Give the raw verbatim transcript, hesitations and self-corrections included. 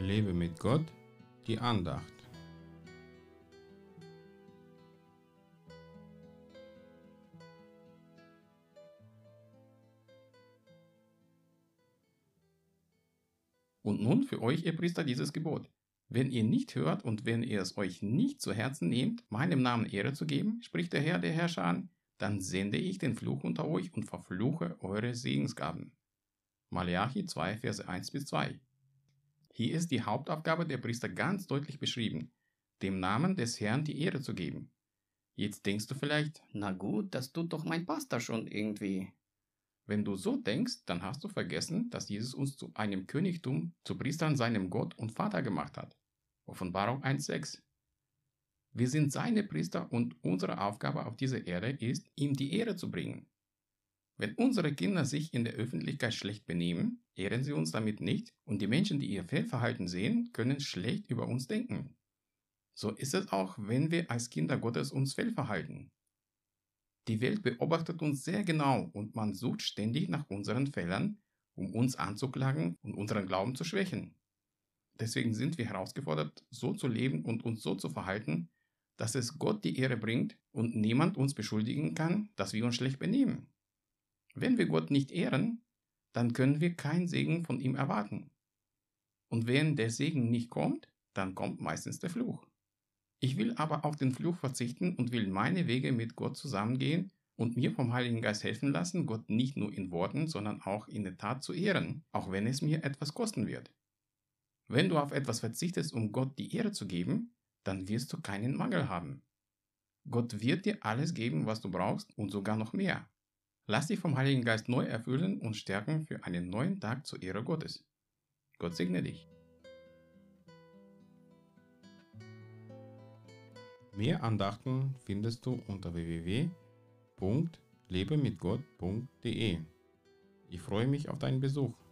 Lebe mit Gott, die Andacht. Und nun für euch, ihr Priester, dieses Gebot. Wenn ihr nicht hört und wenn ihr es euch nicht zu Herzen nehmt, meinem Namen Ehre zu geben, spricht der Herr, der Herrscher an, dann sende ich den Fluch unter euch und verfluche eure Segensgaben. Maleachi zwei, Verse eins bis zwei. Hier ist die Hauptaufgabe der Priester ganz deutlich beschrieben, dem Namen des Herrn die Ehre zu geben. Jetzt denkst du vielleicht, Na gut, das tut doch mein Pastor schon irgendwie. wenn du so denkst, dann hast du vergessen, dass Jesus uns zu einem Königtum, zu Priestern seinem Gott und Vater gemacht hat. Offenbarung eins sechs. Wir sind seine Priester und unsere Aufgabe auf dieser Erde ist, ihm die Ehre zu bringen. Wenn unsere Kinder sich in der Öffentlichkeit schlecht benehmen, ehren sie uns damit nicht und die Menschen, die ihr Fehlverhalten sehen, können schlecht über uns denken. So ist es auch, wenn wir als Kinder Gottes uns fehlverhalten. Die Welt beobachtet uns sehr genau und man sucht ständig nach unseren Fehlern, um uns anzuklagen und unseren Glauben zu schwächen. Deswegen sind wir herausgefordert, so zu leben und uns so zu verhalten, dass es Gott die Ehre bringt und niemand uns beschuldigen kann, dass wir uns schlecht benehmen. Wenn wir Gott nicht ehren, dann können wir keinen Segen von ihm erwarten. Und wenn der Segen nicht kommt, dann kommt meistens der Fluch. Ich will aber auf den Fluch verzichten und will meine Wege mit Gott zusammengehen und mir vom Heiligen Geist helfen lassen, Gott nicht nur in Worten, sondern auch in der Tat zu ehren, auch wenn es mir etwas kosten wird. Wenn du auf etwas verzichtest, um Gott die Ehre zu geben, dann wirst du keinen Mangel haben. Gott wird dir alles geben, was du brauchst und sogar noch mehr. Lass dich vom Heiligen Geist neu erfüllen und stärken für einen neuen Tag zur Ehre Gottes. Gott segne dich. Mehr Andachten findest du unter w w w punkt lebe mit gott punkt de. Ich freue mich auf deinen Besuch.